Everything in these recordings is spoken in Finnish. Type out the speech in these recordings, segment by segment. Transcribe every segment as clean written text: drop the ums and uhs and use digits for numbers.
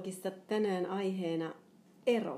Dialogissa tänään aiheena ero.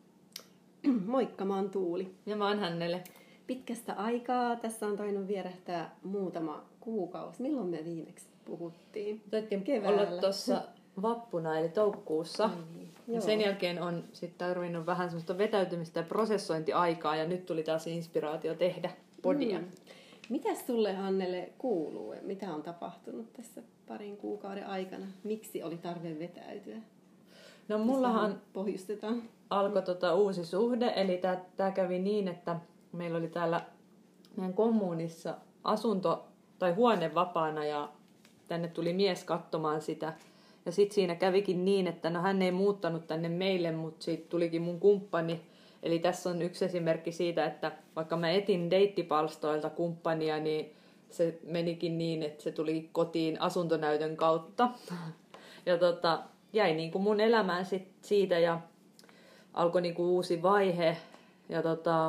Moikka, mä oon Tuuli. Ja mä oon Hannele. Pitkästä aikaa. Tässä on tainnut vierähtää muutama kuukausi. Milloin me viimeksi puhuttiin? Taittiin olla tuossa vappuna eli toukokuussa. Ja sen jälkeen on sitten tarvinnut vähän semmoista vetäytymistä ja prosessointiaikaa. Ja nyt tuli taas inspiraatio tehdä podia. Mitäs sulle, Hannele, kuuluu? Mitä on tapahtunut tässä parin kuukauden aikana? Miksi oli tarve vetäytyä? No mullahan pohjustetaan. Alkoi uusi suhde, eli tämä kävi niin, että meillä oli täällä meidän kommunissa asunto tai huone vapaana ja tänne tuli mies katsomaan sitä. Ja sitten siinä kävikin niin, että no hän ei muuttanut tänne meille, mutta siitä tulikin mun kumppani. Eli tässä on yksi esimerkki siitä, että vaikka mä etin deittipalstoilta kumppania, niin se menikin niin, että se tuli kotiin asuntonäytön kautta. Ja jäi niin kuin mun elämään siitä ja alkoi niin kuin uusi vaihe. Ja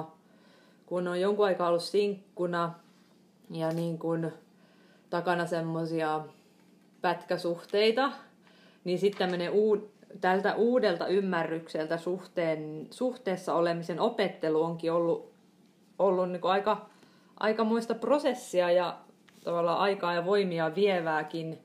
kun on jonkun aikaa ollut sinkkuna ja niin kuin takana semmoisia pätkäsuhteita, niin sitten tämmöinen tältä uudelta ymmärrykseltä suhteessa olemisen opettelu onkin ollut niin kuin aikamoista prosessia ja tavallaan aikaa ja voimia vievääkin,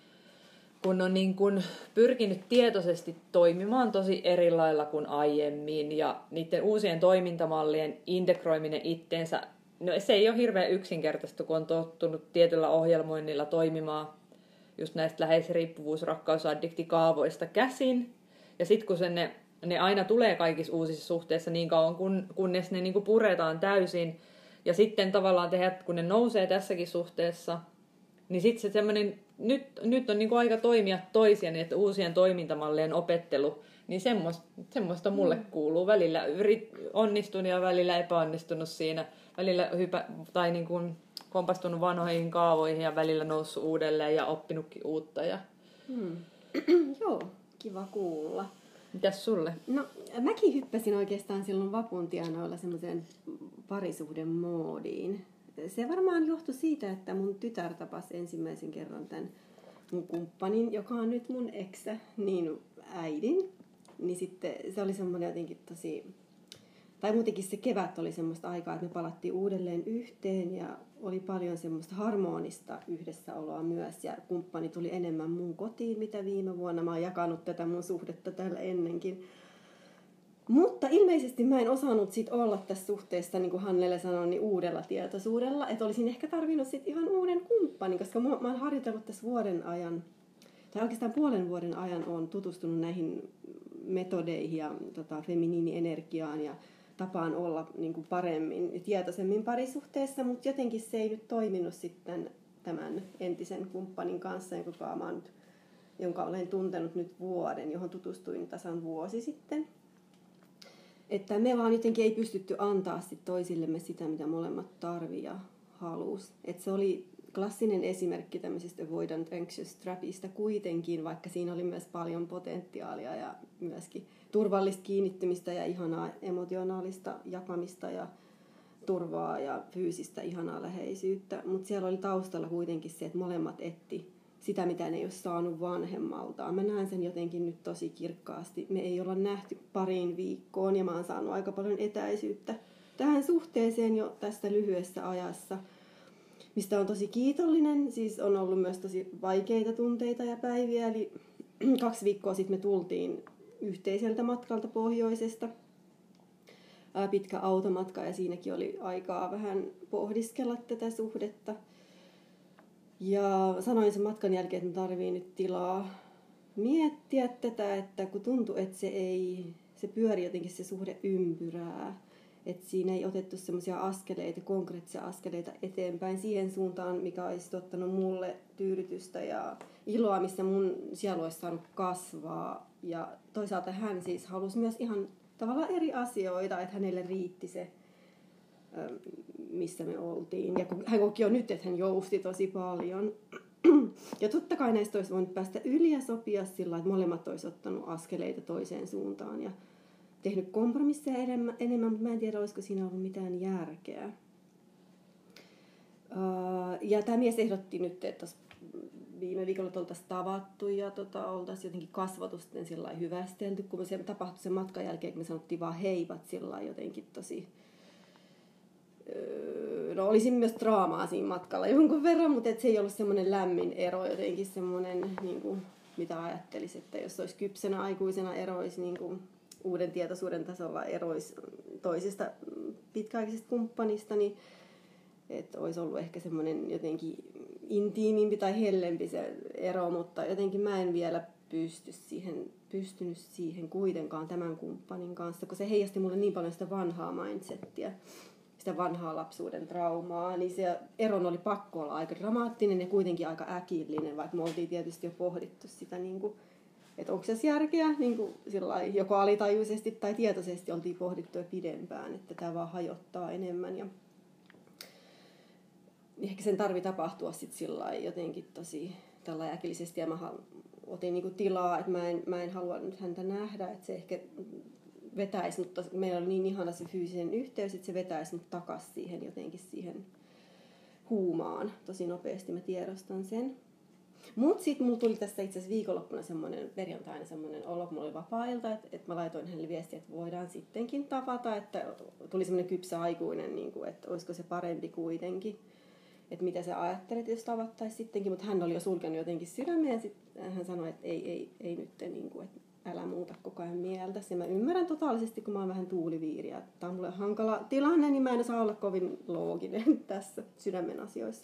kun on niin kuin pyrkinyt tietoisesti toimimaan tosi eri lailla kuin aiemmin ja niiden uusien toimintamallien integroiminen itteensä, no se ei ole hirveän yksinkertaista, kun on tottunut tietyllä ohjelmoinnilla toimimaan just näistä läheisriippuvuus-rakkausaddikti-kaavoista käsin. Ja sitten kun ne aina tulee kaikissa uusissa suhteissa niin kauan, kunnes ne niinku puretaan täysin. Ja sitten tavallaan kun ne nousee tässäkin suhteessa, niin sitten se semmoinen, nyt on niinku aika toimia toisia, niin että uusien toimintamallien opettelu, niin semmoista mulle kuuluu. Välillä onnistunut ja välillä epäonnistunut siinä. Välillä tai niin kuin kompastunut vanhoihin kaavoihin ja välillä noussut uudelleen ja oppinutkin uutta. Joo, kiva kuulla. Mitäs sulle? No, mäkin hyppäsin oikeastaan silloin vapun tienoilla semmoiseen parisuhden moodiin. Se varmaan johtui siitä, että mun tytär tapasi ensimmäisen kerran tämän mun kumppanin, joka on nyt mun eksä, niin äidin. Niin sitten se oli semmoinen jotenkin tosi... Tai muutenkin se kevät oli semmoista aikaa, että me palattiin uudelleen yhteen ja oli paljon semmoista harmonista yhdessäoloa myös. Ja kumppani tuli enemmän mun kotiin, mitä viime vuonna. Mä oon jakanut tätä mun suhdetta täällä ennenkin. Mutta ilmeisesti mä en osannut sit olla tässä suhteessa, niin kuin Hannele sanoi, niin uudella tietoisuudella. Että olisin ehkä tarvinnut sit ihan uuden kumppanin, koska mä oon harjoitellut tässä vuoden ajan, tai oikeastaan puolen vuoden ajan oon tutustunut näihin metodeihin ja feminiinienergiaan ja tapaan olla niin kuin paremmin ja tietoisemmin parisuhteessa, mutta jotenkin se ei nyt toiminut sitten tämän entisen kumppanin kanssa, jonka olen tuntenut nyt vuoden, johon tutustuin tasan vuosi sitten. Että me vaan jotenkin ei pystytty antaa sit toisillemme sitä, mitä molemmat tarvii ja halus. Että se oli klassinen esimerkki tämmöisestä avoidant anxious trapista kuitenkin, vaikka siinä oli myös paljon potentiaalia ja myöskin turvallista kiinnittymistä ja ihanaa emotionaalista jakamista ja turvaa ja fyysistä ihanaa läheisyyttä. Mutta siellä oli taustalla kuitenkin se, että molemmat etti sitä, mitä ne ei ole saanut vanhemmaltaan. Mä näen sen jotenkin nyt tosi kirkkaasti. Me ei olla nähty pariin viikkoon ja mä oon saanut aika paljon etäisyyttä tähän suhteeseen jo tässä lyhyessä ajassa, mistä on tosi kiitollinen. Siis on ollut myös tosi vaikeita tunteita ja päiviä. Eli 2 viikkoa sitten me tultiin yhteiseltä matkalta pohjoisesta. Pitkä automatka ja siinäkin oli aikaa vähän pohdiskella tätä suhdetta. Ja sanoin sen matkan jälkeen, että tarvii nyt tilaa miettiä tätä, että kun tuntui, että se pyöri jotenkin se suhde ympyrää. Että siinä ei otettu semmoisia askeleita, konkreettisia askeleita eteenpäin siihen suuntaan, mikä olisi ottanut mulle tyydytystä ja iloa, missä mun sielu olisi saanut kasvaa. Ja toisaalta hän siis halusi myös ihan tavallaan eri asioita, että hänelle riitti se, missä me oltiin. Ja hän koki jo nyt, että hän jousti tosi paljon. Ja totta kai näistä olisi voinut päästä yli ja sopia sillä, että molemmat olisi ottanut askeleita toiseen suuntaan ja tehnyt kompromisseja enemmän, mutta mä en tiedä, olisiko siinä ollut mitään järkeä. Ja tämä mies ehdotti nyt, että viime viikolla oltaisiin tavattu ja oltaisiin jotenkin kasvatusten sillä hyvästelty, kun se tapahtui sen matkan jälkeen, kun me sanottiin vaan heivat sillä jotenkin tosi... No olisin myös draamaa siinä matkalla jonkun verran, mutta se ei ollut semmoinen lämmin ero, jotenkin semmoinen, niin kuin, mitä ajattelisi, että jos olisi kypsenä aikuisena eroisi niin kuin uuden tietoisuuden tasolla eroisi toisesta pitkäaikaisesta kumppanista, niin että olisi ollut ehkä semmoinen jotenkin intiimimpi tai hellempi se ero, mutta jotenkin mä en vielä pystynyt siihen kuitenkaan tämän kumppanin kanssa, kun se heijasti mulle niin paljon sitä vanhaa mindsettiä, sitä vanhaa lapsuuden traumaa, niin se eron oli pakko olla aika dramaattinen ja kuitenkin aika äkillinen, vaikka me oltiin tietysti jo pohdittu sitä, niin kuin, että onko se järkeä, niin kuin sillai, joko alitajuisesti tai tietoisesti oltiin pohdittu jo pidempään, että tämä vaan hajottaa enemmän. Ja ehkä sen tarvii tapahtua sitten sillai jotenkin tosi tällä äkillisesti, ja mä otin niin kuin tilaa, että mä en halua nyt häntä nähdä, että se ehkä vetäisi, mutta meillä oli niin ihana se fyysinen yhteys, että se vetäisi mut takaisin siihen jotenkin siihen huumaan. Tosi nopeasti mä tiedostan sen. Mut sitten mulla tuli tässä itse asiassa viikonloppuna perjantaina semmoinen olo, kun mulla oli vapaa-ilta, että mä laitoin hänelle viestiä, että voidaan sittenkin tavata, että tuli semmoinen kypsä aikuinen, niin kuin, että olisiko se parempi kuitenkin. Että mitä sä ajattelet, jos tavattaisiin sittenkin, mutta hän oli jo sulkenut jotenkin sydämeen ja sitten hän sanoi, että ei nyt, niin kuin, että älä muuta koko ajan mieltä. Ja mä ymmärrän totaalisesti, kun mä oon vähän tuuliviiriä. Tämä on mulle hankala tilanne, niin mä en saa olla kovin looginen tässä sydämen asioissa.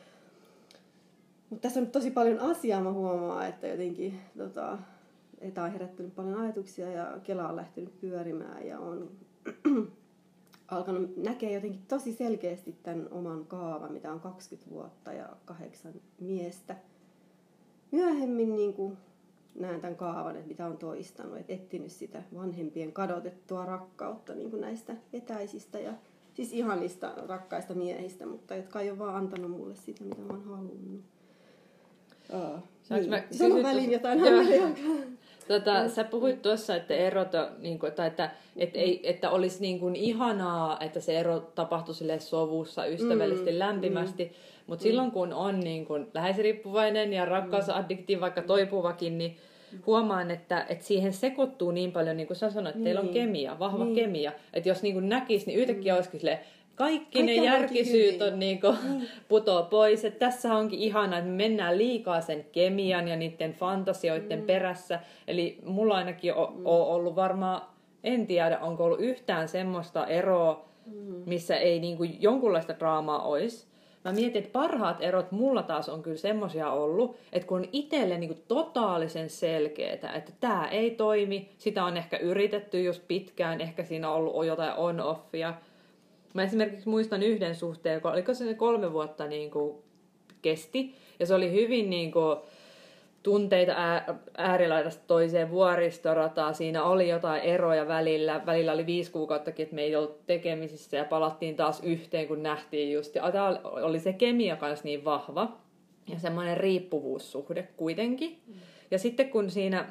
Mutta tässä on tosi paljon asiaa, mä huomaan, että jotenkin tämä on herättänyt paljon ajatuksia ja Kela on lähtenyt pyörimään ja on alkanut näkee jotenkin tosi selkeästi tämän oman kaavan, mitä on 20 vuotta ja 8 miestä. Myöhemmin niin kuin näen tämän kaavan, että mitä on toistanut, että etsinyt sitä vanhempien kadotettua rakkautta niin kuin näistä etäisistä ja siis ihanista rakkaista miehistä, mutta jotka ei ole vaan antanut mulle sitä, mitä mä oon halunnut. Niin. Sanon väliin jotain hänelle. Sä puhuit tuossa, että erota, niin kuin, että olisi niin kuin ihanaa, että se ero tapahtui sovussa, ystävällisesti, lämpimästi. Mutta silloin kun on niin kuin läheisriippuvainen ja rakkausaddikti, vaikka toipuvakin, niin huomaan, että siihen sekoittuu niin paljon, niin kuin sä sanoit, että teillä on kemia, vahva kemia. Että jos niin kuin näkisi, niin yhtäkkiä olisikin silleen, kaikki ne järkisyyt on niin kuin, putoo pois. Että tässä onkin ihanaa, että me mennään liikaa sen kemian ja niiden fantasioiden perässä. Eli mulla ainakin on ollut varmaan, en tiedä, onko ollut yhtään semmoista eroa, missä ei niin kuin jonkunlaista draamaa olisi. Mä mietin, että parhaat erot mulla taas on kyllä semmoisia ollut, että kun on itselle niin kuin totaalisen selkeää, että tämä ei toimi, sitä on ehkä yritetty just pitkään, ehkä siinä on ollut jotain on-offia. Mä esimerkiksi muistan yhden suhteen, joka oliko se 3 vuotta niin kuin kesti, ja se oli hyvin niin kuin tunteita äärilaidasta toiseen, vuoristorataa, siinä oli jotain eroja välillä oli 5 kuukauttakin, että me ei ollut tekemisissä ja palattiin taas yhteen, kun nähtiin just, ja oli se kemia kanssa niin vahva, ja semmoinen riippuvuussuhde kuitenkin, ja sitten kun siinä,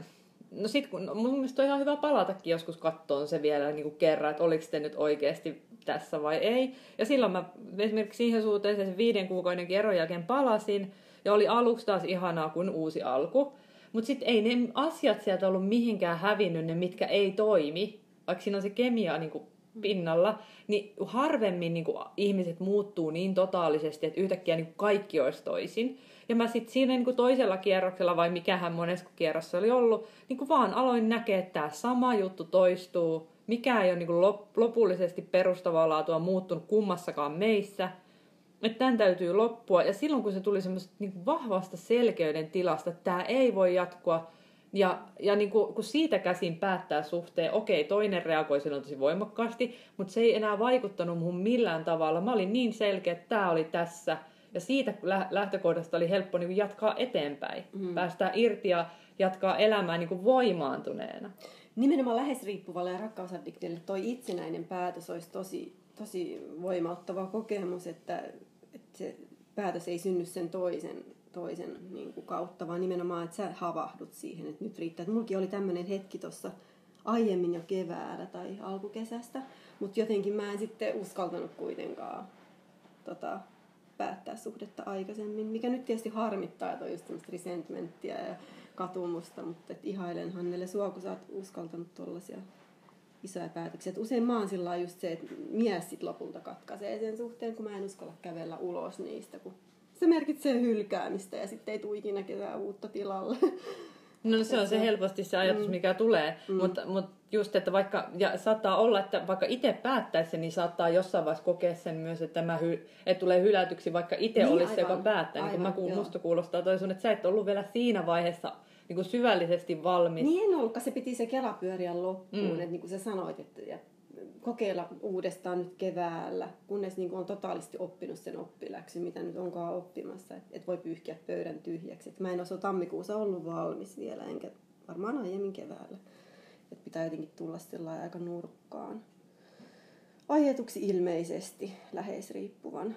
mun mielestä on ihan hyvä palatakin joskus kattoon se vielä niin kuin kerran, että oliko te nyt oikeasti tässä vai ei, ja silloin mä esimerkiksi siihen suhteeseen sen 5 kuukauden eron jälkeen palasin, ja oli aluksi taas ihanaa kuin uusi alku. Mutta sitten ei ne asiat sieltä ollut mihinkään hävinnyt, ne mitkä ei toimi. Vaikka siinä on se kemia niin pinnalla, niin harvemmin niin ihmiset muuttuu niin totaalisesti, että yhtäkkiä niin kaikki olisi toisin. Ja mä sitten siinä niin toisella kierroksella, vai mikähän monessa kierrossa oli ollut, niin vaan aloin näkeä, että tämä sama juttu toistuu. Mikä ei ole niin lopullisesti perustavaa laatua muuttunut kummassakaan meissä. Että tämän täytyy loppua. Ja silloin, kun se tuli semmoista niin vahvasta selkeyden tilasta, että tämä ei voi jatkua, ja niin kun siitä käsin päättää suhteen, okei, toinen reagoi silloin tosi voimakkaasti, mutta se ei enää vaikuttanut muhun millään tavalla. Mä olin niin selkeä, että tämä oli tässä. Ja siitä lähtökohdasta oli helppo niin jatkaa eteenpäin. Päästään irti ja jatkaa elämää niin voimaantuneena. Nimenomaan läheisriippuvalle ja rakkausaddiktille toi itsenäinen päätös olisi tosi voimauttava kokemus, että se päätös ei synny sen toisen niin kuin kautta, vaan nimenomaan, että sä havahdut siihen, että nyt riittää. Että mullakin oli tämmöinen hetki tuossa aiemmin jo keväällä tai alkukesästä, mutta jotenkin mä en sitten uskaltanut kuitenkaan päättää suhdetta aikaisemmin, mikä nyt tietysti harmittaa, että on just semmoista resentmenttiä ja katumusta, mutta ihailen Hannele sua, kun sä oot uskaltanut tollaisia isoja päätöksiä. Et usein mä oon sillä just se, että mies sit lopulta katkaisee sen suhteen, kun mä en uskalla kävellä ulos niistä, kun se merkitsee hylkäämistä ja sitten ei tule ikinä ketään uutta tilalle. No se on se helposti se ajatus, mikä tulee, mutta just, että vaikka, ja saattaa olla, että vaikka itse päättäisi, niin saattaa jossain vaiheessa kokea sen myös, että, että tulee hylätyksi, vaikka itse niin, olisi se, joka päättää. Niin musta kuulostaa toisin, että sä et ollut vielä siinä vaiheessa niin kuin syvällisesti valmis. Niin en ollutkaan, se piti se kela pyöriä loppuun, että niin kuin sä sanoit, että kokeilla uudestaan nyt keväällä, kunnes niin kuin on totaalisesti oppinut sen oppiläksyn, mitä nyt onkaan oppimassa, että voi pyyhkiä pöydän tyhjäksi. Että mä en ole tammikuussa ollut valmis vielä, enkä varmaan aiemmin keväällä. Että pitää jotenkin tulla sellainen aika nurkkaan ajetuksi ilmeisesti läheisriippuvan.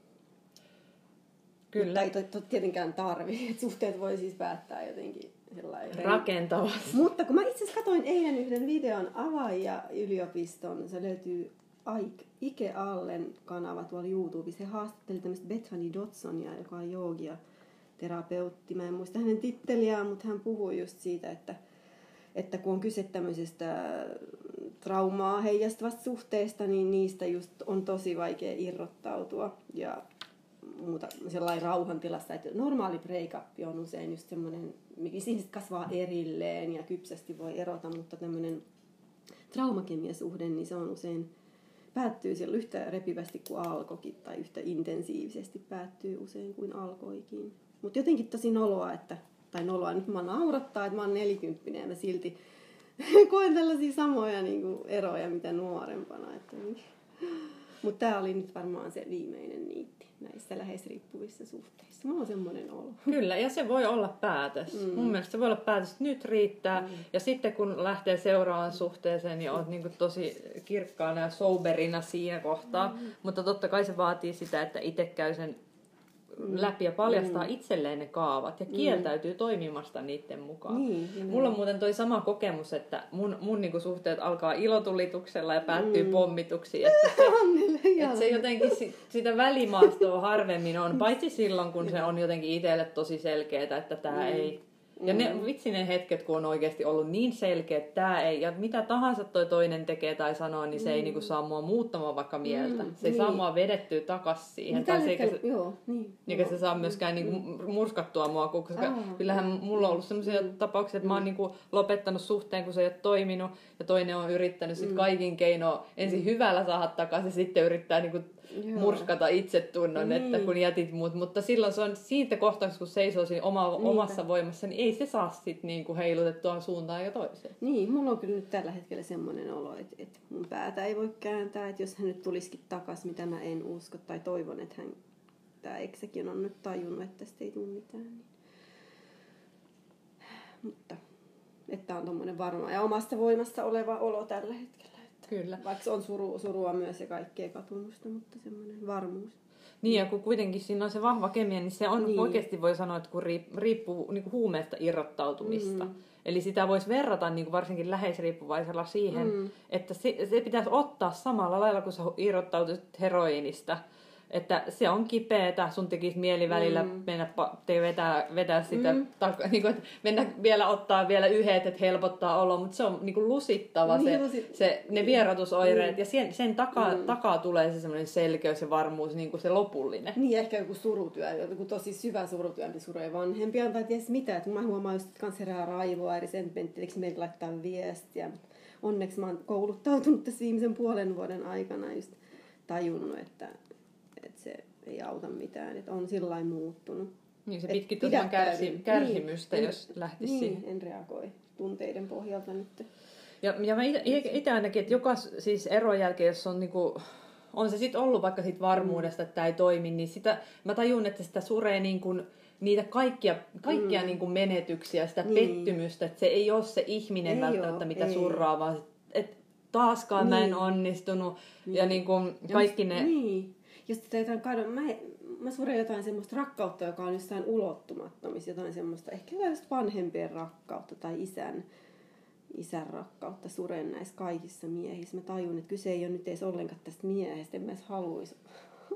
Kyllä. Mutta ei tietenkään tarvitse, että suhteet voi siis päättää jotenkin rakentavasti. Mutta kun mä itse asiassa katsoin eilen yhden videon Avaija-yliopiston, se löytyy Ike Allen kanava tuolla YouTubessa. He haastatteli tämmöistä Bethany Dodsonia, joka on joogia terapeutti. Mä en muista hänen titteliään, mutta hän puhui just siitä, että kun on kyse tämmöisestä traumaa heijastavasta suhteesta, niin niistä just on tosi vaikea irrottautua. Ja muuta sellainen rauhantilassa, että normaali break-up on usein just semmoinen, missä ihmiset kasvaa erilleen ja kypsästi voi erota, mutta tämmöinen traumakemiasuhde, niin se on usein, päättyy siellä yhtä repivästi kuin alkoikin tai yhtä intensiivisesti päättyy usein kuin alkoikin. Mutta jotenkin tosi noloa, nyt mä naurattaa, että mä oon 40 ja mä silti koen tällaisia samoja niin kuin eroja mitä nuorempana. Mutta tää oli nyt varmaan se viimeinen niitti näissä läheisriippuvissa suhteissa. Mulla on semmoinen olo. Kyllä, ja se voi olla päätös. Mun mielestä se voi olla päätös, että nyt riittää. Ja sitten kun lähtee seuraavaan suhteeseen, niin olet niin tosi kirkkaana ja soberina siinä kohtaa. Mutta totta kai se vaatii sitä, että itse käy sen läpi ja paljastaa itselleen ne kaavat ja kieltäytyy toimimasta niiden mukaan. Mulla on muuten toi sama kokemus, että mun niinku suhteet alkaa ilotulituksella ja päättyy pommituksiin. Että se jotenkin sitä välimaastoa harvemmin on, paitsi silloin kun se on jotenkin itselle tosi selkeää, että tää ei. Ja ne hetket, kun on oikeasti ollut niin selkeä, että tämä ei, ja mitä tahansa toi toinen tekee tai sanoo, niin se ei niinku saa mua muuttamaan vaikka mieltä. Se ei saa mua vedettyä takas siihen. Eikä se saa myöskään niinku murskattua mua, koska kyllähän mulla on ollut sellaisia tapauksia, että mä oon niinku lopettanut suhteen, kun se ei ole toiminut, ja toinen on yrittänyt sit kaikin keinoin ensin hyvällä saada takaisin, ja sitten yrittää niinku murskata itsetunnon, että kun jätit muut. Mutta silloin se on siitä kohtauksessa, kun seisoo siinä omassa voimassa, niin ei se saa sitten niinku heilutettua suuntaan ja toiseen. Niin, mulla on kyllä nyt tällä hetkellä semmoinen olo, että mun päätä ei voi kääntää, että jos hän nyt tulisikin takaisin, mitä mä en usko tai toivon, että tämä eksäkin on nyt tajunnut, että tästä ei tule mitään. Niin. Mutta että on tommoinen varma ja omasta voimassa oleva olo tällä hetkellä. Kyllä. Vaikka on surua myös ja kaikkea katumusta, mutta semmoinen varmuus. Niin, ja kun kuitenkin siinä on se vahva kemia, niin se on oikeasti voi sanoa, että kun riippuu niin kuin huumeesta irrottautumista. Eli sitä voisi verrata niin kuin varsinkin läheisriippuvaisella siihen, että se pitäisi ottaa samalla lailla, kun sä irrottautuisit heroiinista. Että se on kipeätä, sun tekisi mieli välillä mennä vetää sitä, niin kuin, että mennä vielä ottaa vielä yhdet, että helpottaa oloa, mutta se on niin kuin lusittava ne vierotusoireet, ja sen takaa tulee se semmoinen selkeys ja varmuus, niin kuin se lopullinen. Niin, ehkä joku surutyö, joku tosi syvä surutyö, niin suree vanhempia, tai ties mitä, että mä huomaan just, että kans herää raivoa, eri sentmenttileksi meille laittaa viestiä. Onneksi mä oon kouluttautunut tässä viimeisen puolen vuoden aikana just tajunnut, että se ei auta mitään, että on sillain muuttunut. Niin, se pitkittyy kärsimystä, jos lähtisi siihen. En reagoi tunteiden pohjalta nyt. Ja mä itse ainakin, että joka siis eron jälkeen, jos on niinku, on se sitten ollut vaikka siitä varmuudesta, että tämä ei toimi, niin sitä, mä tajun, että sitä suree niin kuin niitä kaikkia niin kuin menetyksiä, sitä pettymystä, että se ei ole se ihminen välttämättä, mitä surraa, vaan että taaskaan mä en onnistunut. Ja niin kuin kaikki ne. Niin. Just mä suren jotain semmoista rakkautta, joka on jossain ulottumattomissa, jotain semmoista, ehkä just vanhempien rakkautta tai isän rakkautta suren näissä kaikissa miehissä. Mä tajun, että kyse ei ole nyt edes ollenkaan tästä miehestä, en mä edes haluaisi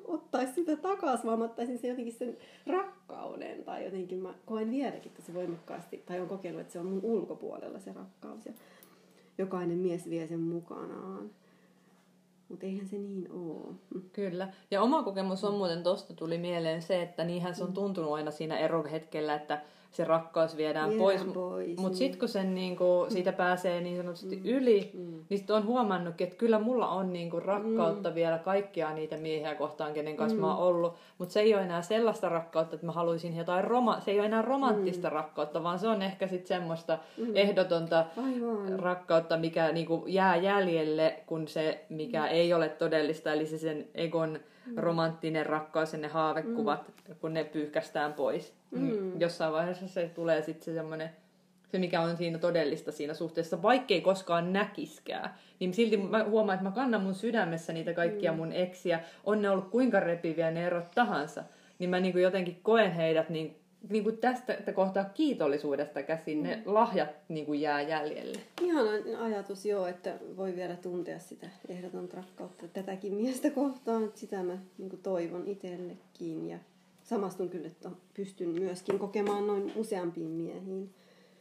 ottaisi sitä takaisin, vaan mä ottaisin sen jotenkin sen rakkauden. Tai jotenkin mä koen vieläkin tosi voimakkaasti, tai olen kokeillut, että se on mun ulkopuolella se rakkaus. Ja jokainen mies vie sen mukanaan. Mutta eihän se niin ole. Kyllä. Ja oma kokemus on muuten, tosta tuli mieleen se, että niinhän se on tuntunut aina siinä erohetkellä, että se rakkaus viedään pois. Mutta sitten kun sen siitä pääsee niin sanotusti yli, niin sitten on huomannutkin, että kyllä mulla on rakkautta vielä kaikkia niitä miehiä kohtaan, kenen kanssa mä oon ollut. Mutta se ei ole enää sellaista rakkautta, että mä haluaisin jotain se ei ole enää romanttista rakkautta, vaan se on ehkä sitten semmoista ehdotonta rakkautta, mikä jää jäljelle, kun se, mikä ei ole todellista, eli se sen egon romanttinen rakkaus ja ne haavekuvat, kun ne pyyhkästään pois. Jossain vaiheessa se tulee sitten se semmoinen, se mikä on siinä todellista siinä suhteessa, vaikkei koskaan näkiskään. Niin silti mä huomaan, että mä kannan mun sydämessä niitä kaikkia mun eksiä, on ne ollut kuinka repiviä ne erot tahansa. Niin mä jotenkin koen heidät tästä kohtaa kiitollisuudesta käsin, ne lahjat jää jäljelle. Ihana ajatus että voi vielä tuntea sitä ehdotonta rakkautta tätäkin miestä kohtaan, että sitä mä toivon itsellekin ja samastun kyllä, että pystyn myöskin kokemaan noin useampiin miehiin,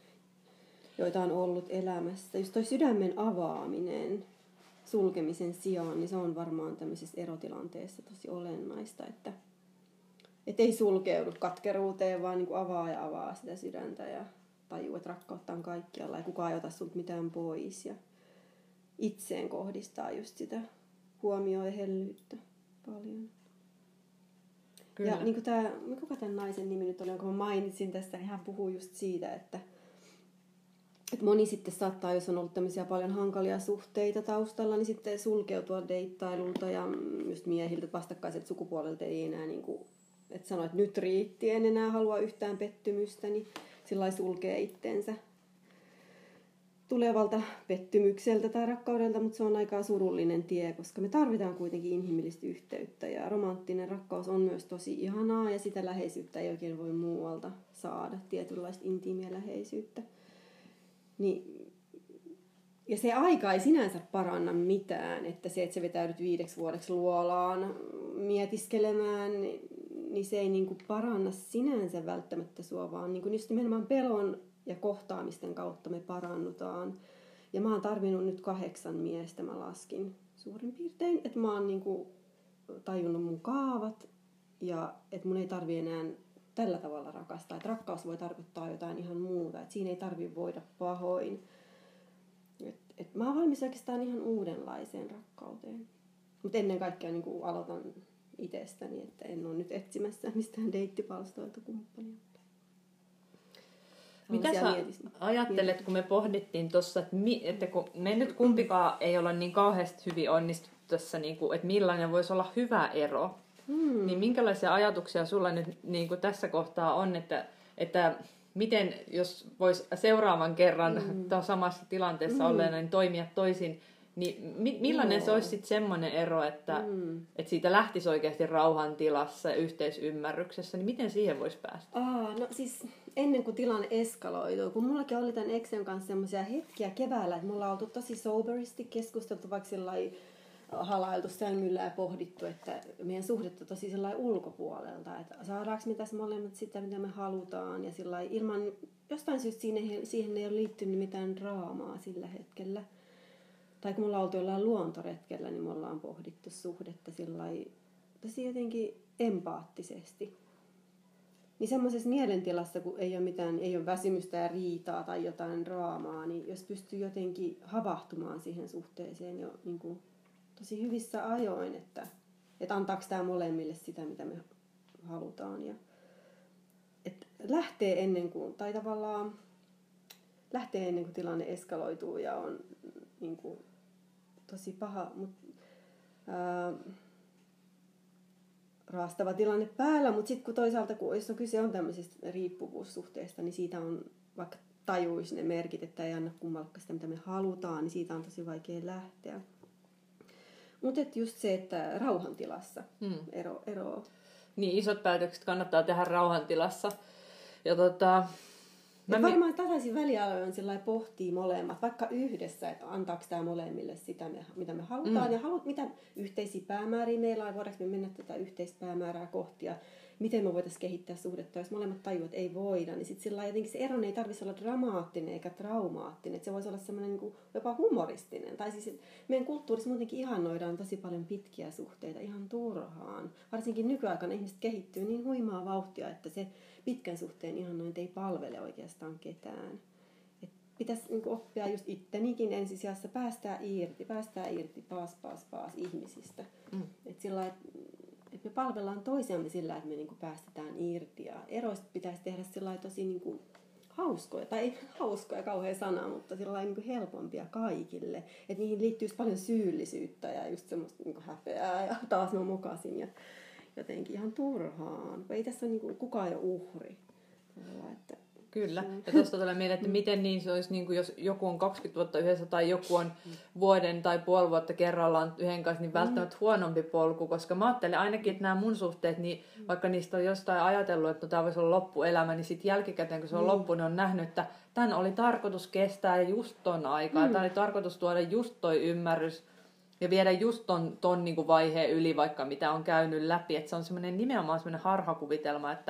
joita on ollut elämässä. Just toi sydämen avaaminen sulkemisen sijaan, niin se on varmaan tämmöisessä erotilanteessa tosi olennaista, että ei sulkeudu katkeruuteen, vaan avaa sitä sydäntä ja tajuu, että rakkautta on kaikkialla ja kukaan ei ota sulta mitään pois. Ja itseen kohdistaa just sitä huomioon ja hellyyttä paljon. Kyllä. Ja kuka tämän naisen nimi nyt oli, jonka mä mainitsin tästä, hän puhuu just siitä, että moni sitten saattaa, jos on ollut tämmöisiä paljon hankalia suhteita taustalla, niin sitten sulkeutua deittailulta ja just miehiltä vastakkaiset sukupuolelta ei enää että sanoo, että nyt riitti, en enää halua yhtään pettymystä, niin sillä sulkee itsensä tulevalta pettymykseltä tai rakkaudelta, mutta se on aika surullinen tie, koska me tarvitaan kuitenkin inhimillistä yhteyttä ja romanttinen rakkaus on myös tosi ihanaa ja sitä läheisyyttä ei oikein voi muualta saada, tietynlaista intiimiä läheisyyttä. Ja se aika ei sinänsä paranna mitään, että sä vetäydyt 5 vuodeksi luolaan mietiskelemään, niin se ei paranna sinänsä välttämättä sua, vaan just nimenomaan pelon ja kohtaamisten kautta me parannutaan. Ja mä oon tarvinnut nyt 8 miestä, mä laskin suurin piirtein, että mä oon tajunnut mun kaavat ja että mun ei tarvi enää tällä tavalla rakastaa. Että rakkaus voi tarkoittaa jotain ihan muuta, että siinä ei tarvi voida pahoin. Et mä oon valmis oikeastaan ihan uudenlaiseen rakkauteen. Mutta ennen kaikkea aloitan itsestäni, että en ole nyt etsimässä mistään deittipalstoilta kumppania. Mitä sä ajattelet, kun me pohdittiin tuossa, että kun me nyt kumpikaan ei olla niin kauheasti hyvin onnistuttu tässä, että millainen voisi olla hyvä ero, niin minkälaisia ajatuksia sulla nyt tässä kohtaa on, että miten, jos voisi seuraavan kerran samassa tilanteessa olleena niin toimia toisin, niin millainen se olisi sitten semmoinen ero, että siitä lähtisi oikeasti rauhantilassa ja yhteisymmärryksessä, niin miten siihen voisi päästä? No siis ennen kuin tilanne eskaloituu, kun mullakin oli tämän Exen kanssa semmoisia hetkiä keväällä, että me ollaan oltu tosi soberisti keskusteltu, vaikka sellainen halailtu sängyllä ja pohdittu, että meidän suhdetta tosi sellainen ulkopuolelta, että saadaanko me tässä molemmat sitä, mitä me halutaan, ja ilman, jostain syystä siihen ei ole liittynyt mitään draamaa sillä hetkellä. Tai kun me ollaan oltu jollain luontoretkellä, niin me ollaan pohdittu suhdetta tosi jotenkin empaattisesti. Niin semmoisessa mielentilassa, kun ei ole väsymystä ja riitaa tai jotain draamaa, niin jos pystyy jotenkin havahtumaan siihen suhteeseen jo tosi hyvissä ajoin, että antaako tämä molemmille sitä, mitä me halutaan. Ja, että lähtee ennen kuin tilanne eskaloituu ja on tosi paha, mutta raastava tilanne päällä, mutta sitten kun toisaalta, jos kyse on tämmöisestä riippuvuussuhteesta, niin siitä on, vaikka tajuisi ne merkit, että ei anna kummallekaan sitä, mitä me halutaan, niin siitä on tosi vaikea lähteä. Mutta just se, että rauhantilassa ero. Niin, isot päätökset kannattaa tehdä rauhantilassa. Ja Varmaan tasaisin väliajoin sillä pohtii molemmat, vaikka yhdessä, että antaako tämä molemmille sitä, mitä me halutaan ja mitä yhteisiä päämääriä meillä on, voidaanko me mennä tätä yhteispäämäärää kohti ja miten me voitaisiin kehittää suhdetta, jos molemmat tajuavat, että ei voida, niin sitten sillä jotenkin se ero ei tarvitse olla dramaattinen eikä traumaattinen, että se voisi olla semmoinen niin kuin jopa humoristinen. Tai siis meidän kulttuurissa muutenkin ihannoidaan tosi paljon pitkiä suhteita ihan turhaan. Varsinkin nykyaikana ihmiset kehittyy niin huimaa vauhtia, että se pitkän suhteen ihannointi ei palvele oikeastaan ketään. Et pitäisi niin kuin oppia just ittenikin ensisijassa päästää irti paas ihmisistä. Et sillä että me palvellaan toisiamme sillä, että me niinku päästetään irti. Ja eroista pitäisi tehdä sillä tosi niinku hauskoja, tai ei hauskoja, kauhea sana, mutta sillä niinku helpompia kaikille. Että niihin liittyy paljon syyllisyyttä ja just semmoista niinku häpeää ja taas mä mokasin ja jotenkin ihan turhaan. Ei tässä ole niinku kukaan jo uhri. Että kyllä. Ja tuosta tulee mieleen, että miten niin se olisi, niin kuin jos joku on 20 vuotta yhdessä tai joku on vuoden tai puoli vuotta kerrallaan yhden kanssa, niin välttämättä huonompi polku. Koska mä ajattelen ainakin, että nämä mun suhteet, niin vaikka niistä on jostain ajatellut, että tämä voisi olla loppuelämä, niin sitten jälkikäteen, kun se on loppu, niin on nähnyt, että tämän oli tarkoitus kestää just ton aikaa. Tämä oli tarkoitus tuoda just toi ymmärrys ja viedä just ton niin kuin vaiheen yli, vaikka mitä on käynyt läpi. Että se on semmoinen nimenomaan semmoinen harhakuvitelma, että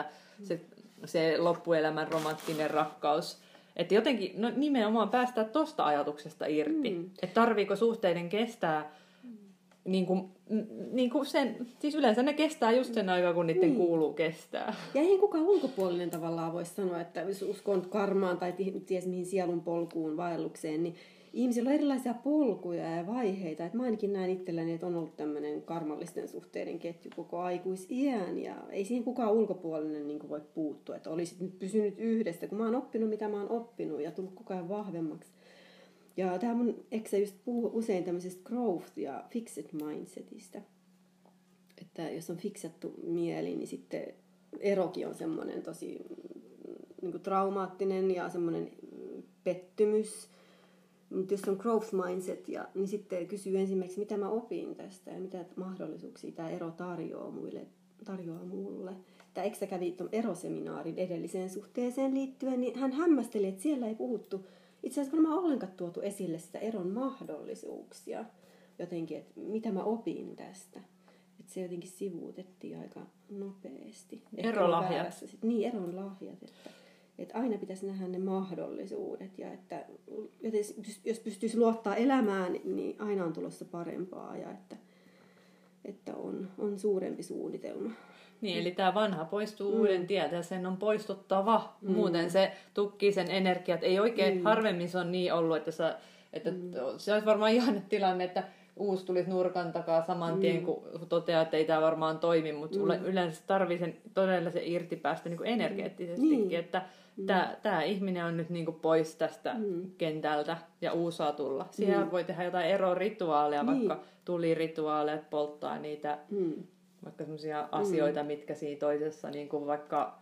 se loppuelämän romanttinen rakkaus. Että jotenkin nimenomaan päästää tosta ajatuksesta irti. Että tarviiko suhteiden kestää niin kuin sen, siis yleensä ne kestää just sen aikaa, kun niiden kuuluu kestää. Ja ei kukaan ulkopuolinen tavallaan voi sanoa, että jos uskon karmaan tai ties mihin sielun polkuun vaellukseen, niin ihmisillä on erilaisia polkuja ja vaiheita. Et mä ainakin näen itselläni, että on ollut tämmöinen karmallisten suhteiden ketju koko aikuisiän. Ja ei siihen kukaan ulkopuolinen niin kuin voi puuttua, että olisit nyt pysynyt yhdessä. Kun mä oon oppinut, mitä mä oon oppinut ja tullut koko ajan vahvemmaksi. Ja tää mun eksä just puhuu usein tämmöisestä growth- ja fixed mindsetistä. Että jos on fiksattu mieli, niin sitten erokin on semmoinen tosi niin kuin traumaattinen ja semmoinen pettymys. Mutta jos on growth mindset, niin sitten kysyy ensimmäiseksi, mitä mä opin tästä ja mitä mahdollisuuksia tämä ero tarjoaa mulle. Tämä eksä kävi tuon eroseminaarin edelliseen suhteeseen liittyen, niin hän hämmästeli, että siellä ei puhuttu itse asiassa varmaan ollenkaan tuotu esille sitä eron mahdollisuuksia. Jotenkin, että mitä mä opin tästä. Että se jotenkin sivuutettiin aika nopeasti. Erolahjat. Niin, eronlahjat. Että aina pitäisi nähdä ne mahdollisuudet ja että jos pystyisi luottaa elämään, niin aina on tulossa parempaa ja että on suurempi suunnitelma. Niin, eli tämä vanha poistuu uuden tieltä ja sen on poistuttava. Muuten se tukkii sen energiat. Ei oikein harvemmin se on niin ollut, että se olisi varmaan ihana tilanne, että uusi tulisi nurkan takaa saman tien, kun toteaa, että ei tämä varmaan toimi, mutta yleensä tarvii sen todella irti päästä niin kuin energeettisestikin, että tämä ihminen on nyt niin kuin pois tästä kentältä ja uusi saa tulla. Siellä voi tehdä jotain erorituaaleja, vaikka tulirituaaleja, polttaa niitä vaikka sellaisia asioita, mitkä siinä toisessa niin kuin vaikka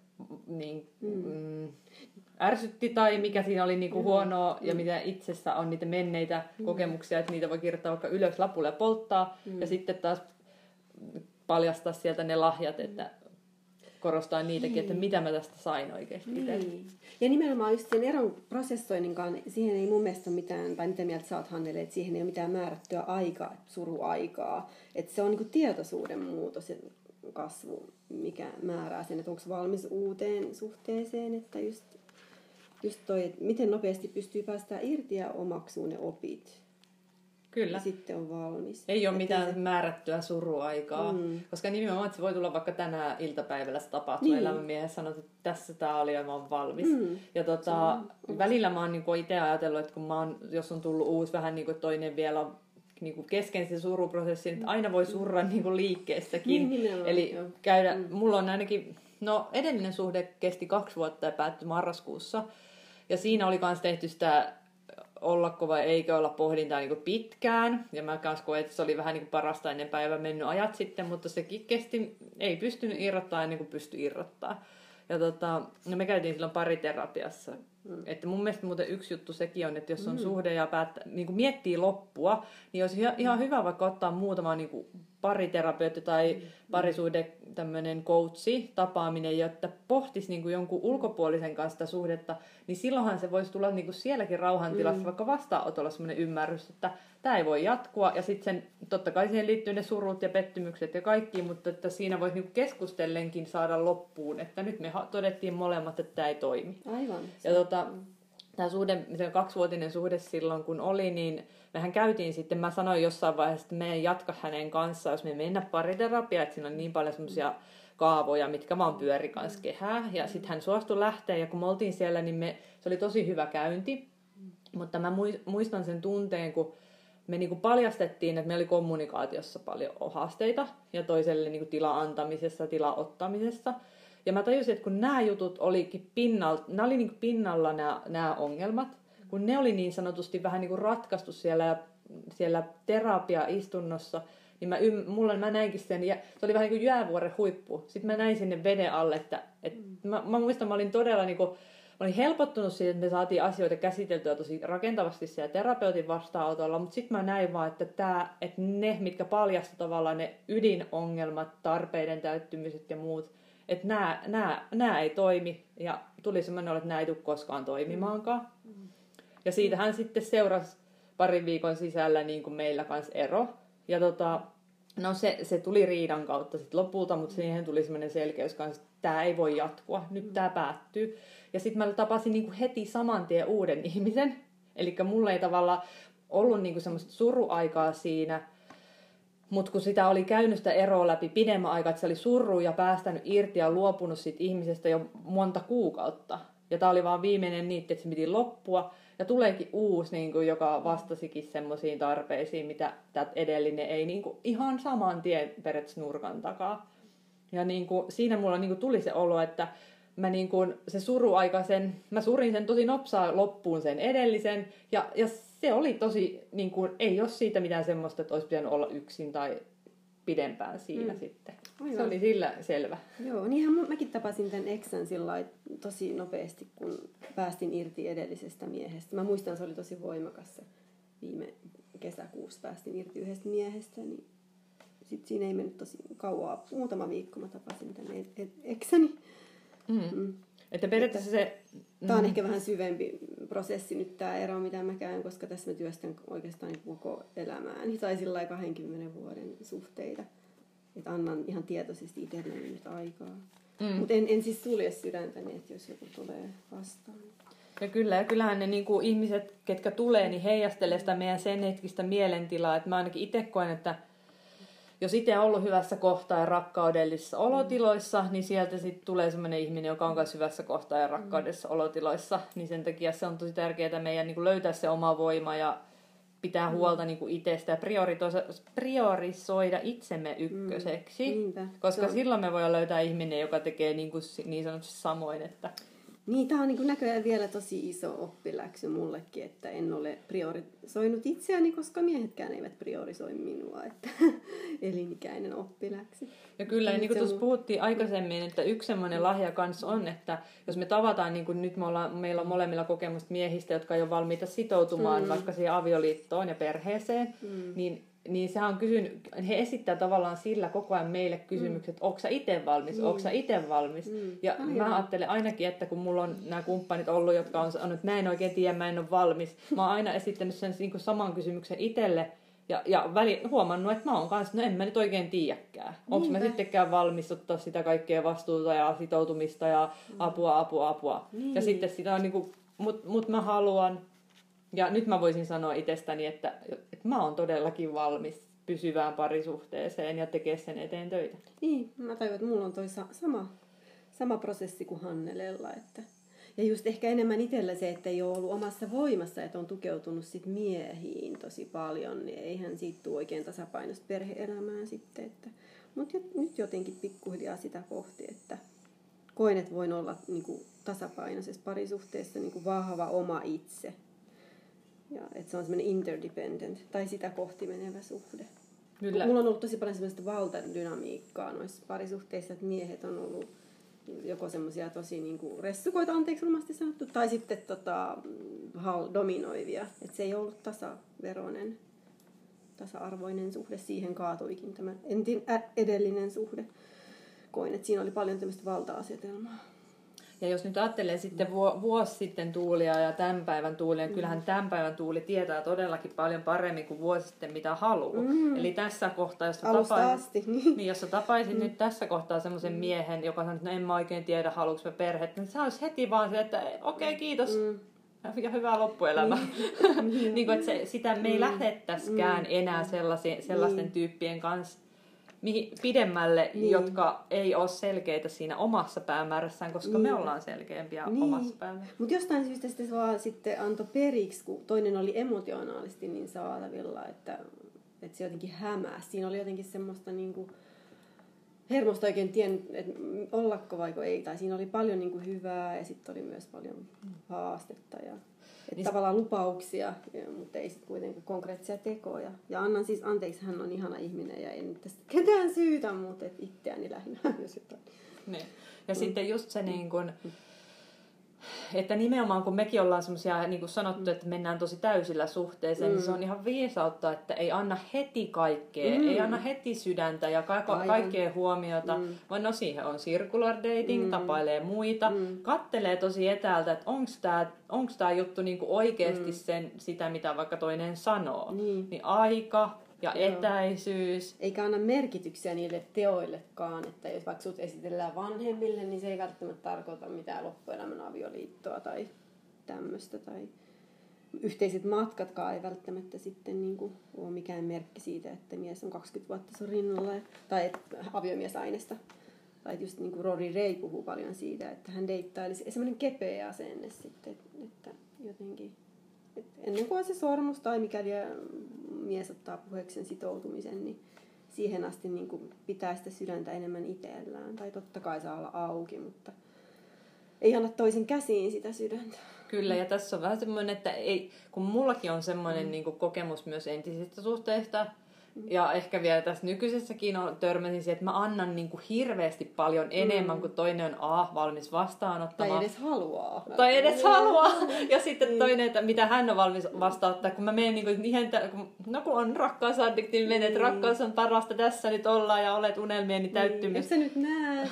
ärsytti tai mikä siinä oli niin kuin huonoa ja mitä itsessä on niitä menneitä kokemuksia, että niitä voi kirjoittaa vaikka ylös lapulle ja polttaa ja sitten taas paljastaa sieltä ne lahjat, että korostaa niitäkin, että mitä mä tästä sain oikeasti itse. Ja nimenomaan just sen eron prosessoinninkaan, siihen ei mun mielestä ole mitään, tai mitä mieltä sä oot, Hannele, että siihen ei ole mitään määrättyä aikaa, suruaikaa. Että se on niin kuin tietoisuuden muutos ja kasvu, mikä määrää sen, että onko valmis uuteen suhteeseen, että just toi, että miten nopeasti pystyy päästään irti ja omaksuun ne opit. Kyllä. Ja sitten on valmis. Ei ole mitään määrättyä suruaikaa, koska nimenomaan se voi tulla vaikka tänään iltapäivällä se tapahtuma. Elämänmiehen sanoo, että tässä tämä oli ja mä oon valmis. Ja välillä mä oon niinku itse ajatellut, että kun jos on tullut uusi vähän niin kuin toinen vielä on niinku kesken se suruprosessi, että aina voi surra niinku liikkeessäkin. Eli mulla on ainakin, edellinen suhde kesti 2 vuotta ja päättyi marraskuussa. Ja siinä oli myös tehty sitä ollako vai eikö olla pohdintaa niin kuin pitkään. Ja mä kanssa koen, että se oli vähän niin kuin parasta ennen päivän mennyt ajat sitten, mutta sekin kesti, ei pystynyt irrottaa ennen kuin pystyi irrottaa. Ja me käytiin silloin pariterapiassa Että mun mielestä muuten yksi juttu sekin on, että jos on suhde ja niin kuin miettii loppua, niin olisi ihan hyvä vaikka ottaa muutama niin kuin pariterapeutti tai parisuhde tämmöinen coachi tapaaminen, jotta pohtisi niin kuin jonkun ulkopuolisen kanssa sitä suhdetta, niin silloinhan se voisi tulla niin kuin sielläkin rauhantilassa vaikka vastaanotolla semmoinen ymmärrys, että tämä ei voi jatkua, ja sitten totta kai siihen liittyy ne surut ja pettymykset ja kaikki, mutta että siinä voisi niin keskustellenkin saada loppuun, että nyt me todettiin molemmat, että tämä ei toimi. Aivan. Ja tämä suhde, se 2-vuotinen suhde silloin kun oli, niin mehän käytiin sitten, mä sanoin jossain vaiheessa, että me en jatka hänen kanssaan, jos me mennä pariterapiaan, että siinä on niin paljon semmoisia kaavoja, mitkä vaan pyöri kanssa kehää. Ja sitten hän suostui lähteä, ja kun me oltiin siellä, niin se oli tosi hyvä käynti. Mutta mä muistan sen tunteen, kun me niinku paljastettiin, että meillä oli kommunikaatiossa paljon haasteita, ja toiselle niinku tila antamisessa, tila ottamisessa. Ja mä tajusin, että kun nämä jutut olikin pinnalla nämä ongelmat, kun ne oli niin sanotusti vähän niin kuin ratkaistu siellä terapia-istunnossa, niin mä näinkin sen, ja se oli vähän niin kuin jäävuoren huippu. Sitten mä näin sinne veden alle, että mä muistan, mä olin todella niin kuin, mä olin helpottunut siitä, että me saatiin asioita käsiteltyä tosi rakentavasti siellä terapeutin vastaanotolla, mutta sitten mä näin vaan, että ne, mitkä paljastui tavallaan ne ydinongelmat, tarpeiden täyttymiset ja muut, että nämä ei toimi, ja tuli semmoinen olo, että nämä ei tule koskaan toimimaankaan. Ja siitähän sitten seurasi parin viikon sisällä niin kuin meillä kanssa ero. Ja no se tuli riidan kautta sitten lopulta, mutta siihen tuli semmoinen selkeys kanssa, että tämä ei voi jatkua, nyt tämä päättyy. Ja sitten mä tapasin niin kuin heti saman tien uuden ihmisen. Eli mulla ei tavallaan ollut niin kuin semmoista suruaikaa siinä, mutta kun sitä oli käynyt sitä eroa läpi pidemmän aikaa, että se oli surru ja päästänyt irti ja luopunut siitä ihmisestä jo monta kuukautta. Ja tämä oli vaan viimeinen niitti, että se piti loppua. Ja tuleekin uusi, niin kuin, joka vastasikin semmoisiin tarpeisiin, mitä tämä edellinen ei niin kuin, ihan saman tien periaatteessa nurkan takaa. Ja niin kuin, siinä mulla niin kuin, tuli se olo, että mä niin kuin, se suruaika, mä surin sen tosi nopsaa loppuun sen edellisen. Ja se oli tosi, niin kuin, ei ole siitä mitään semmoista, että olisi pitänyt olla yksin tai pidempään siinä sitten. Aivan. Se oli sillä selvä. Joo, niinhän mäkin tapasin tämän eksän tosi nopeasti, kun päästin irti edellisestä miehestä. Mä muistan, se oli tosi voimakas se viime kesäkuussa päästin irti yhdestä miehestä, niin sitten siinä ei mennyt tosi kauaa. Muutama viikko mä tapasin tämän eksäni. Että periaatteessa se... Tämä on ehkä vähän syvempi prosessi nyt tämä ero, mitä mä käyn, koska tässä mä työstän oikeastaan koko elämääni tai sillä 20 vuoden suhteita. Että annan ihan tietoisesti itselleni nyt aikaa. Mutta en siis sulje sydäntäni, että jos joku tulee vastaan. Ja kyllähän ne niinku ihmiset, ketkä tulee, niin heijastelee sitä meidän sen hetkistä mielentilaa. Et mä ainakin itse koen, että jos itse on ollut hyvässä kohtaa ja rakkaudellisissa olotiloissa, niin sieltä sitten tulee semmoinen ihminen, joka on myös hyvässä kohtaa ja rakkaudellisissa olotiloissa. Niin sen takia se on tosi tärkeää meidän niinku löytää se oma voima ja pitää huolta niinku itsestä ja priorisoida itsemme ykköseksi. Koska silloin me voidaan löytää ihminen, joka tekee niin sanotusti samoin. Että... Niin, tämä on niin näköjään vielä tosi iso oppiläksy mullekin, että en ole priorisoinut itseäni, koska miehetkään eivät priorisoi minua, että elinikäinen oppiläksy. Ja kyllä, niin kuin tuossa puhuttiin aikaisemmin, että yksi semmoinen lahja kanssa on, että jos me tavataan, niin kuin nyt meillä on molemmilla kokemusta miehistä, jotka ei ole valmiita sitoutumaan vaikka siihen avioliittoon ja perheeseen, niin sehän on he esittää tavallaan sillä koko ajan meille kysymykset, että onko sä itse valmis, onko sä itse valmis. Ja mä ajattelen ainakin, että kun mulla on nämä kumppanit ollut, jotka on sanonut, että mä en oikein tiedä, mä en ole valmis. Mä oon aina esittänyt sen niin kuin saman kysymyksen itselle ja huomannut, että mä oon kanssa, no en mä nyt oikein tiedäkään. Onko mä sittenkään valmis ottaa sitä kaikkea vastuuta ja sitoutumista ja apua. Niin. Ja sitten sitä on niin kuin, mut mä haluan. Ja nyt mä voisin sanoa itsestäni, että mä oon todellakin valmis pysyvään parisuhteeseen ja tekemään sen eteen töitä. Niin, mä tajun, että mulla on toi sama prosessi kuin Hannelella. Ja just ehkä enemmän itsellä se, että ei ole ollut omassa voimassa, että on tukeutunut sit miehiin tosi paljon, niin eihän siitä tule oikein tasapainosta perhe-elämään sitten. Mutta nyt jotenkin pikkuhiljaa sitä kohti, että koen, että voin olla niinku tasapainoisessa parisuhteessa niinku vahva oma itse. Ja että se on semmoinen interdependent, tai sitä kohti menevä suhde. Kyllä. Mulla on ollut tosi paljon semmoista valtadynamiikkaa noissa parisuhteissa, että miehet on ollut joko semmoisia tosi niinku ressukoita, anteeksi ilmaisesti sanottu, tai sitten dominoivia. Että se ei ollut tasaveroinen, tasa-arvoinen suhde. Siihen kaatuikin tämä edellinen suhde. Koin, että siinä oli paljon tämmöistä valta-asetelmaa. Ja jos nyt ajattelee sitten vuosi sitten Tuulia ja tämän päivän Tuulia, niin kyllähän tämän päivän Tuuli tietää todellakin paljon paremmin kuin vuosi sitten mitä haluaa. Eli tässä kohtaa, jos sä tapaisin nyt tässä kohtaa semmoisen miehen, joka sanoo, että no en mä oikein tiedä, haluanko mä perhettä, niin se olisi heti vaan se, että okei, kiitos. Ja hyvää loppuelämää. Niin kuin, että sitä me ei lähdettäisikään enää sellaisten tyyppien kanssa pidemmälle, jotka ei ole selkeitä siinä omassa päämäärässään, koska me ollaan selkeämpiä omassa päämäärässä. Mutta jostain syystä se vaan sitten antoi periksi, kun toinen oli emotionaalisesti niin saatavilla, että se jotenkin hämäsi. Siinä oli jotenkin semmoista niinku hermosta oikein tiennyt, että ollako vaiko ei. Tai siinä oli paljon niinku hyvää ja sitten oli myös paljon haastetta ja tavallaan lupauksia, mutta ei sitten kuitenkaan konkreettisia tekoja. Ja annan siis anteeksi, hän on ihana ihminen ja en tästä ketään syytä, mutta itseäni lähinnä, jos jotain. Niin. Ja sitten just se niin kun, että nimenomaan kun mekin ollaan semmoisia, niin kuin sanottu, että mennään tosi täysillä suhteeseen, niin se on ihan viisautta, että ei anna heti kaikkea, ei anna heti sydäntä ja kaikkea huomiota, vaan no siihen on circular dating, tapailee muita, kattelee tosi etäältä, että onko tää juttu niin kuin oikeasti sitä, mitä vaikka toinen sanoo. Niin aika ja etäisyys. Eikä anna merkityksiä niille teoillekaan, että jos vaikka sut esitellään vanhemmille, niin se ei välttämättä tarkoita mitään loppuelämän avioliittoa tai tämmöistä. Tai yhteiset matkatkaan ei välttämättä sitten niin kuin ole mikään merkki siitä, että mies on 20 vuotta sun rinnalla tai aviomiesaineesta. Tai just niin kuin Rory Ray puhuu paljon siitä, että hän deittaili semmoinen kepeä asenne sitten, että jotenkin ennen kuin on se sormus tai mikäli mies ottaa puheeksi sen sitoutumisen, niin siihen asti niin kuin pitää sitä sydäntä enemmän itsellään. Tai totta kai saa olla auki, mutta ei anna toisin käsiin sitä sydäntä. Kyllä, ja tässä on vähän semmoinen, että ei, kun mullakin on semmoinen niin kuin kokemus myös entisistä suhteista, ja ehkä vielä tässä nykyisessäkin törmäsin siihen, että mä annan niin kuin hirveästi paljon enemmän kuin toinen on valmis vastaanottamaan. Tai edes haluaa. Tai edes haluaa. Ja sitten toinen, että mitä hän on valmis vastaanottaa. Kun mä menen niin kuin kun on rakkausaddikti, niin menet, että rakkaus on parasta, tässä nyt ollaan ja olet unelmieni täyttymys. Et sä nyt näe.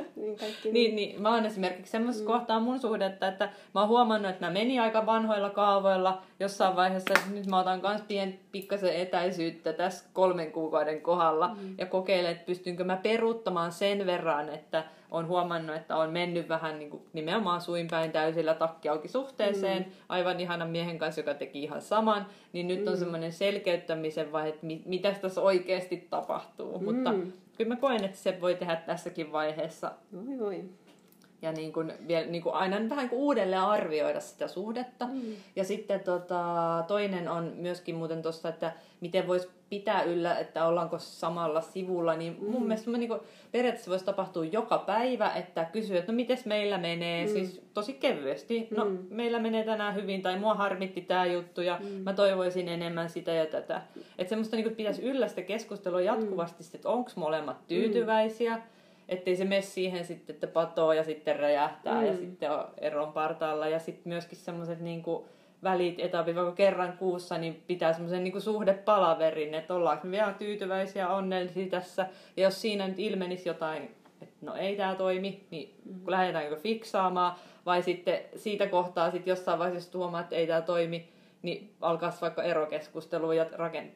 Niin, mä oon esimerkiksi semmoisessa kohtaa mun suhdetta, että mä oon huomannut, että mä menin aika vanhoilla kaavoilla jossain vaiheessa, että nyt mä otan kans pikkasen etäisyyttä tässä 3 kuukauden kohdalla ja kokeilen, että pystynkö mä peruuttamaan sen verran, että on huomannut, että on mennyt vähän niin kuin nimenomaan suinpäin täysillä takki auki suhteeseen, aivan ihanan miehen kanssa, joka teki ihan saman, niin nyt on semmoinen selkeyttämisen vaihe, että mitä tässä oikeasti tapahtuu, mutta kyllä mä koen, että se voi tehdä tässäkin vaiheessa. Voi. Ja vielä aina vähän uudelleen arvioida sitä suhdetta. Ja sitten toinen on myöskin muuten tuossa, että miten voisi pitää yllä, että ollaanko samalla sivulla. Niin mun mielestä periaatteessa voisi tapahtua joka päivä, että kysyy, että no mites meillä menee. Siis tosi kevyesti. No meillä menee tänään hyvin tai mua harmitti tää juttu ja mä toivoisin enemmän sitä ja tätä. Että semmoista pitäisi yllä sitä keskustelua jatkuvasti, että onko molemmat tyytyväisiä. Ettei se mene siihen sitten, että patoo ja sitten räjähtää ja sitten on eron partaalla. Ja sitten myöskin semmoiset välit etapit, vaikka kerran kuussa, niin pitää semmoisen suhdepalaverin, että ollaanko me vielä tyytyväisiä, onnellisia tässä. Ja jos siinä nyt ilmenisi jotain, että no ei tämä toimi, niin lähdetäänkö fiksaamaan. Vai sitten siitä kohtaa jossain vaiheessa huomaa, että ei tämä toimi, niin alkaisi vaikka erokeskustelu ja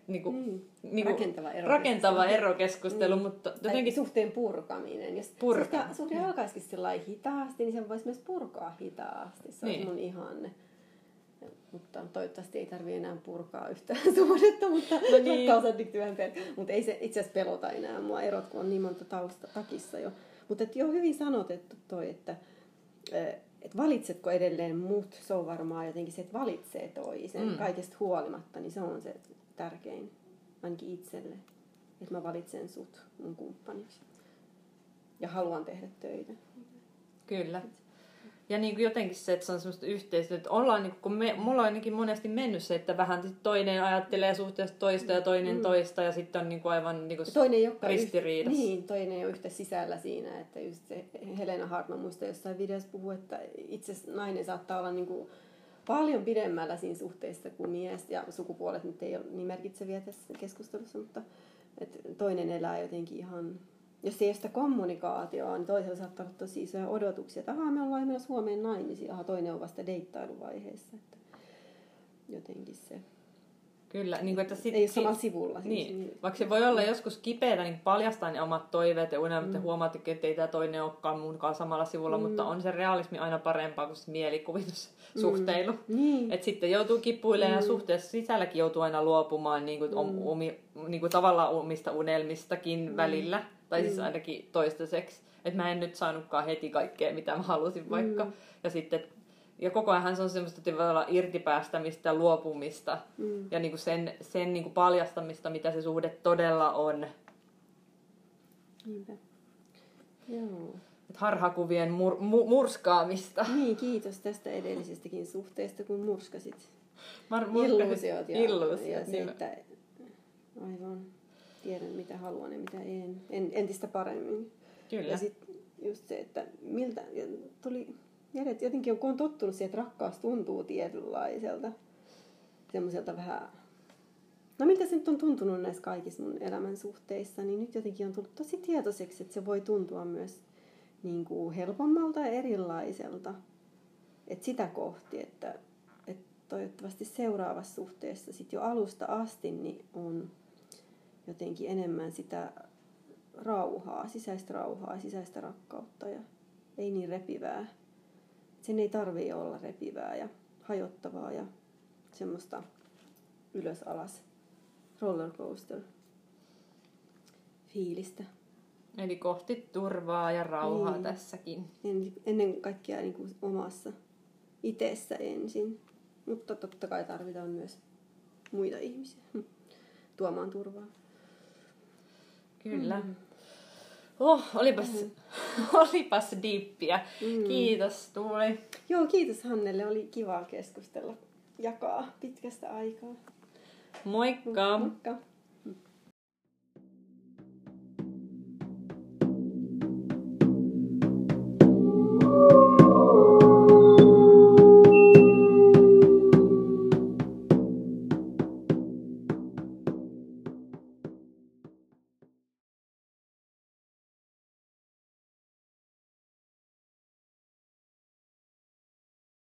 rakentava erokeskustelu. Mutta jotenkin suhteen purkaminen. Jos suhde alkaisikin sellainen hitaasti, niin sen voisi myös purkaa hitaasti. Se on mun ihanne. Mutta toivottavasti ei tarvitse enää purkaa yhtään suhdetta, mutta mutta ei se itse asiassa pelota enää mua erot, kun on niin monta tausta takissa jo. Mutta jo hyvin sanotettu toi, että valitsetko edelleen mut, se on varmaan jotenkin se, että valitsee toisen kaikesta huolimatta, niin se on se tärkein, ainakin itselle, että mä valitsen sut mun kumppaniksi ja haluan tehdä töitä. Kyllä. Ja niin kuin jotenkin se, että se on semmoista yhteistyötä, että ollaan, niin kun mulla on ainakin monesti mennyt se, että vähän toinen ajattelee suhteessa toista ja toinen toista, ja sitten on niin kuin aivan niin kuin ristiriidassa. Niin, toinen ei ole yhtä sisällä siinä, että just se Helena Hartman muista jossain videossa puhuu, että itse nainen saattaa olla niin kuin paljon pidemmällä siinä suhteessa kuin mies, ja sukupuolet nyt ei ole niin merkitseviä tässä keskustelussa, mutta että toinen elää jotenkin ihan... Jos ei ole sitä kommunikaatioa, niin toisella saattaa olla tosi isoja odotuksia, että me ollaan menossa Suomeen naimisiin, toinen on vasta deittailuvaiheessa. Että jotenkin se... Kyllä, niin kuin, että ei ole samalla sivulla. Niin. Vaikka se voi olla joskus kipeätä, niin paljastaa ne omat toiveet ja unelmat ja huomaat, että ei tämä toinen olekaan munkaan samalla sivulla, mutta on se realismi aina parempaa kuin se mielikuvitussuhteilu. Niin. Että sitten joutuu kipuilemaan ja suhteessa sisälläkin joutuu aina luopumaan niin kuin niin kuin tavallaan omista unelmistakin välillä. Tai siis ainakin toistaiseksi. Että mä en nyt saanutkaan heti kaikkea, mitä mä halusin vaikka. Ja koko ajan se on semmoista irtipäästämistä, luopumista ja niinku sen niinku paljastamista, mitä se suhde todella on. Niinpä. Joo. Et harhakuvien murskaamista. Niin, kiitos tästä edellisestäkin suhteesta, kun murskasit illuusiot. Ja se, että aivan tiedän, mitä haluan ja mitä en. Entistä paremmin. Kyllä. Ja sitten just se, että miltä tuli... Jotenkin kun on tottunut siihen, että rakkaus tuntuu tietynlaiselta, semmoiselta vähän, no miltä se nyt on tuntunut näissä kaikissa mun elämän suhteissa, niin nyt jotenkin on tullut tosi tietoiseksi, että se voi tuntua myös niin kuin helpommalta ja erilaiselta. Että sitä kohti, että toivottavasti seuraavassa suhteessa sit jo alusta asti niin on jotenkin enemmän sitä rauhaa, sisäistä rakkautta ja ei niin repivää. Sen ei tarvitse olla repivää ja hajottavaa ja semmoista ylös alas rollercoaster fiilistä. Eli kohti turvaa ja rauhaa tässäkin. Ennen kaikkea niin kuin omassa itsessä ensin. Mutta totta kai tarvitaan myös muita ihmisiä tuomaan turvaa. Kyllä. Olipas diippiä. Kiitos Tuuli. Joo, kiitos Hannelle. Oli kiva keskustella, jakaa pitkästä aikaa. Moikka! Moikka!